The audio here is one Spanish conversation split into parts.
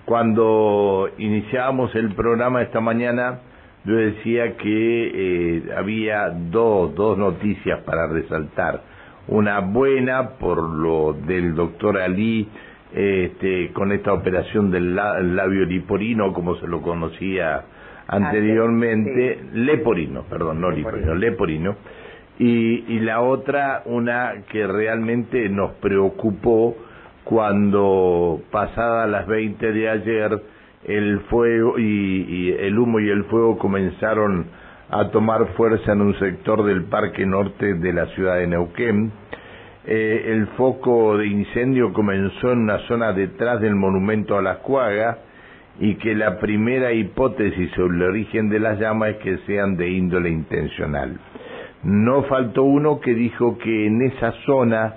Cuando iniciábamos el programa esta mañana, yo decía que había dos noticias para resaltar. Una buena por lo del doctor Ali, con esta operación del labio liporino, como se lo conocía anteriormente, sí. Leporino, perdón, no liporino, leporino. Y la otra, una que realmente nos preocupó cuando pasadas las 20 de ayer el fuego y el humo y el fuego comenzaron a tomar fuerza en un sector del Parque Norte de la ciudad de Neuquén. El foco de incendio comenzó en una zona detrás del monumento a las Cuagas y que la primera hipótesis sobre el origen de las llamas es que sean de índole intencional. No faltó uno que dijo que en esa zona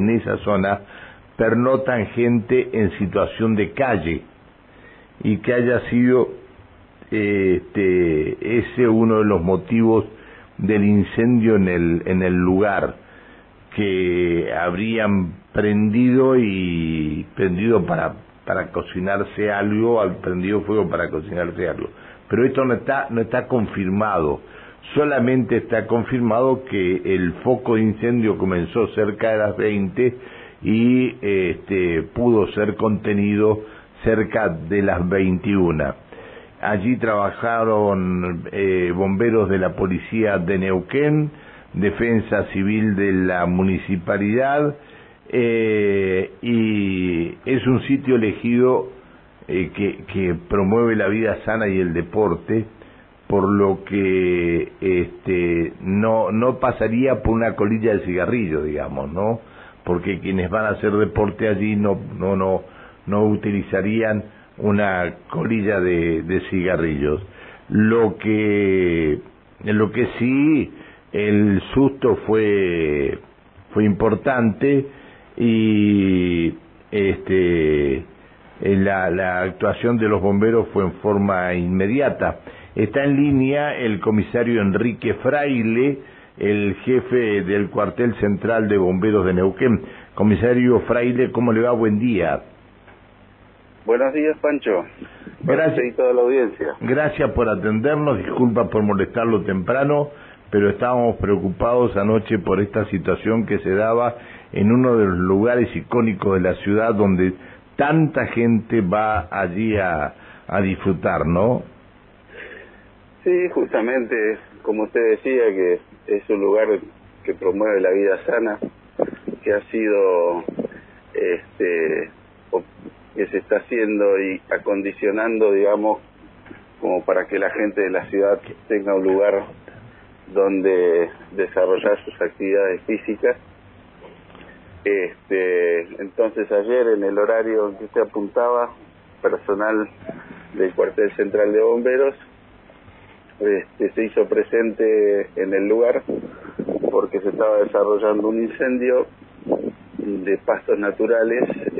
pernotan gente en situación de calle y que haya sido ese uno de los motivos del incendio en el lugar, que habrían prendido para cocinarse algo, prendido fuego para cocinarse algo. Pero esto no está confirmado. Solamente está confirmado que el foco de incendio comenzó cerca de las 20 y pudo ser contenido cerca de las 21. Allí trabajaron bomberos de la policía de Neuquén, defensa civil de la municipalidad, y es un sitio elegido que promueve la vida sana y el deporte, por lo que no pasaría por una colilla de cigarrillo, digamos, ¿no? Porque quienes van a hacer deporte allí no utilizarían una colilla de cigarrillos. Lo que sí, el susto fue importante y la actuación de los bomberos fue en forma inmediata. Está en línea el comisario Enrique Fraile, el jefe del cuartel central de bomberos de Neuquén. Comisario Fraile, ¿cómo le va? Buen día. Buenos días, Pancho. Gracias. Y toda la audiencia. Gracias por atendernos, disculpa por molestarlo temprano, pero estábamos preocupados anoche por esta situación que se daba en uno de los lugares icónicos de la ciudad donde tanta gente va allí a disfrutar, ¿no? Sí, justamente, como usted decía, que es un lugar que promueve la vida sana, que ha sido, que se está haciendo y acondicionando, digamos, como para que la gente de la ciudad tenga un lugar donde desarrollar sus actividades físicas. Entonces ayer, en el horario en que usted apuntaba, personal del cuartel central de bomberos se hizo presente en el lugar porque se estaba desarrollando un incendio de pastos naturales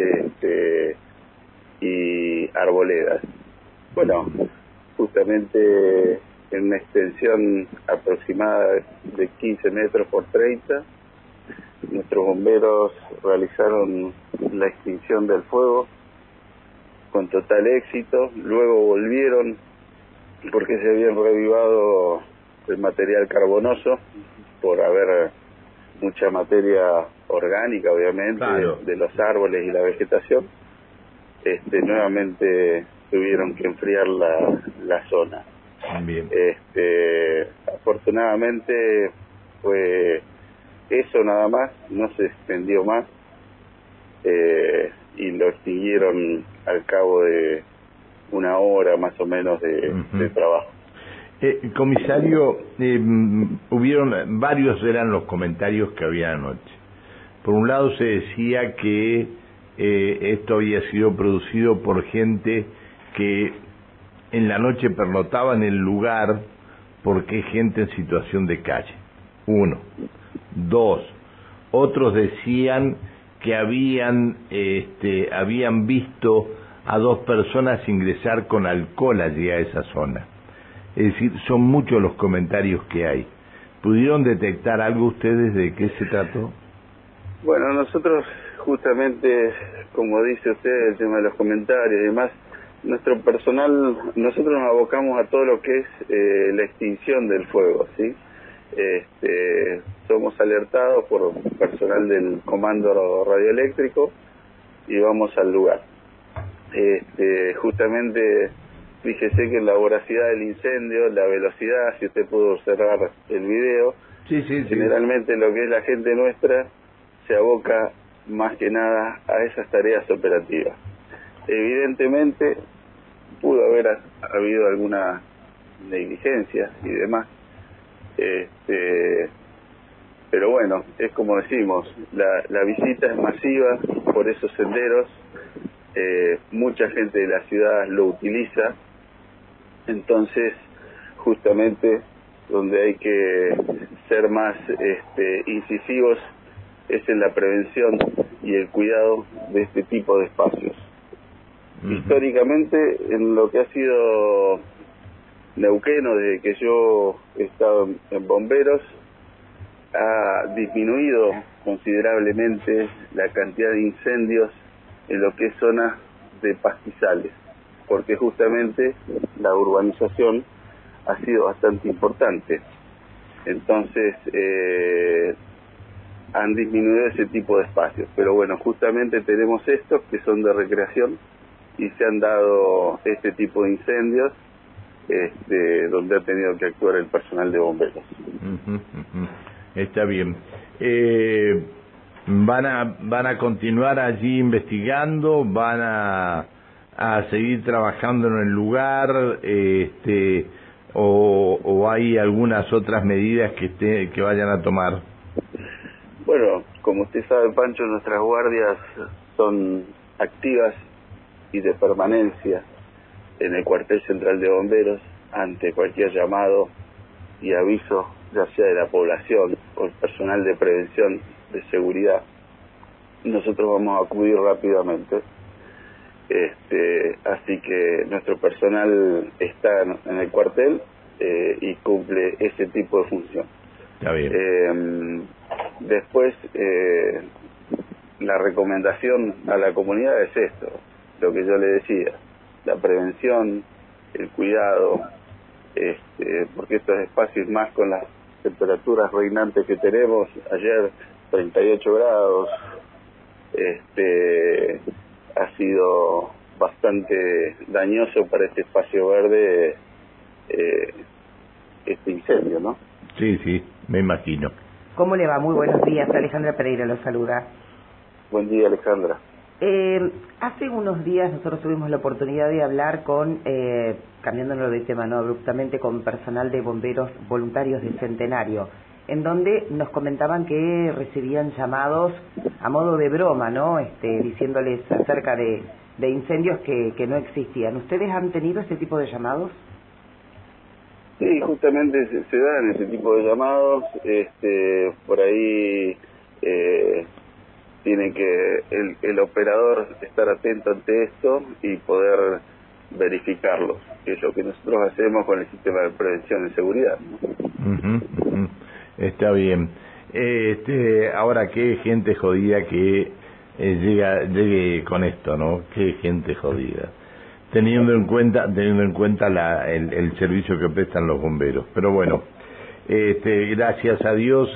y arboledas. Bueno, justamente en una extensión aproximada de 15 metros por 30, nuestros bomberos realizaron la extinción del fuego con total éxito. Luego volvieron porque se habían revivado el material carbonoso por haber mucha materia orgánica, obviamente, claro, de los árboles y la vegetación. Nuevamente tuvieron que enfriar la zona. Bien. Afortunadamente fue eso nada más, no se extendió más, y lo extinguieron al cabo de una hora más o menos de trabajo. Comisario, hubieron varios, eran los comentarios que había anoche. Por un lado se decía que esto había sido producido por gente que en la noche pernotaba en el lugar porque es gente en situación de calle. Uno. Dos. Otros decían que habían visto a dos personas ingresar con alcohol allí a esa zona. Es decir, son muchos los comentarios que hay. ¿Pudieron detectar algo ustedes de qué se trató? Bueno, nosotros justamente, como dice usted, el tema de los comentarios y demás, nuestro personal, nosotros nos abocamos a todo lo que es la extinción del fuego, ¿sí? Somos alertados por personal del comando radioeléctrico y vamos al lugar. Justamente, fíjese que la voracidad del incendio, la velocidad, si usted pudo observar el video, sí. Generalmente lo que es la gente nuestra se aboca más que nada a esas tareas operativas. Evidentemente pudo haber habido alguna negligencia y demás, pero bueno, es como decimos, la visita es masiva por esos senderos, mucha gente de la ciudad lo utiliza, entonces justamente donde hay que ser más incisivos es en la prevención y el cuidado de este tipo de espacios. Históricamente, en lo que ha sido Neuquén, desde que yo he estado en bomberos, ha disminuido considerablemente la cantidad de incendios en lo que es zonas de pastizales, porque justamente la urbanización ha sido bastante importante. Entonces, han disminuido ese tipo de espacios. Pero bueno, justamente tenemos estos que son de recreación y se han dado este tipo de incendios donde ha tenido que actuar el personal de bomberos. Está bien. ¿Van a continuar allí investigando? ¿Van a seguir trabajando en el lugar? ¿O hay algunas otras medidas que vayan a tomar? Bueno, como usted sabe, Pancho, nuestras guardias son activas y de permanencia en el cuartel central de bomberos ante cualquier llamado y aviso, ya sea de la población o el personal de prevención de seguridad. Nosotros vamos a acudir rápidamente. Así que nuestro personal está en el cuartel y cumple ese tipo de función. Está bien. Después, la recomendación a la comunidad es esto, lo que yo le decía, la prevención, el cuidado, porque estos espacios, más con las temperaturas reinantes que tenemos, ayer 38 grados, ha sido bastante dañoso para este espacio verde este incendio, ¿no? Sí, me imagino. ¿Cómo le va? Muy buenos días. Alejandra Pereira lo saluda. Buen día, Alejandra. Hace unos días nosotros tuvimos la oportunidad de hablar con, cambiándonos de tema, ¿no?, abruptamente, con personal de bomberos voluntarios de Centenario, en donde nos comentaban que recibían llamados a modo de broma, ¿no?, diciéndoles acerca de incendios que no existían. ¿Ustedes han tenido ese tipo de llamados? Sí, justamente se dan ese tipo de llamados, por ahí tiene que el operador estar atento ante esto y poder verificarlo, que es lo que nosotros hacemos con el sistema de prevención y seguridad, ¿no? Está bien. Ahora, qué gente jodida que llegue con esto, ¿no? Qué gente jodida. Teniendo en cuenta el servicio que prestan los bomberos. Pero bueno, gracias a Dios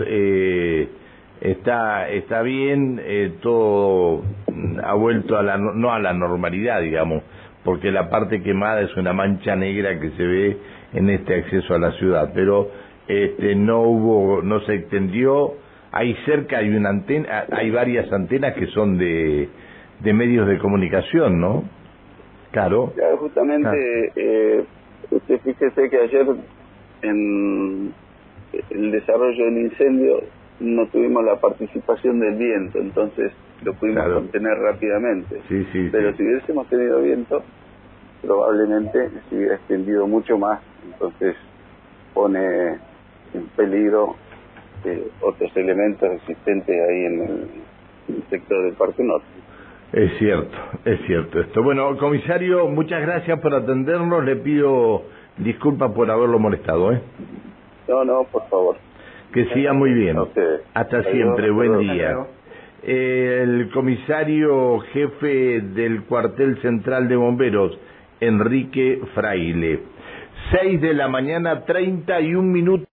está bien, todo ha vuelto no a la normalidad, digamos, porque la parte quemada es una mancha negra que se ve en este acceso a la ciudad, pero no se extendió. Ahí cerca hay una antena, hay varias antenas que son de medios de comunicación, ¿no? Claro, justamente, usted fíjese que ayer en el desarrollo del incendio no tuvimos la participación del viento, entonces lo pudimos contener rápidamente. Pero si hubiésemos tenido viento, probablemente se hubiera extendido mucho más, entonces pone en peligro otros elementos existentes ahí en el sector del Parque Norte. Es cierto esto. Bueno, comisario, muchas gracias por atendernos. Le pido disculpas por haberlo molestado, ¿eh? No, por favor. Que siga muy bien. Hasta Adiós, siempre. Buen adiós. día. El comisario jefe del cuartel central de bomberos Enrique Fraile. 6 de la mañana, 31 minutos.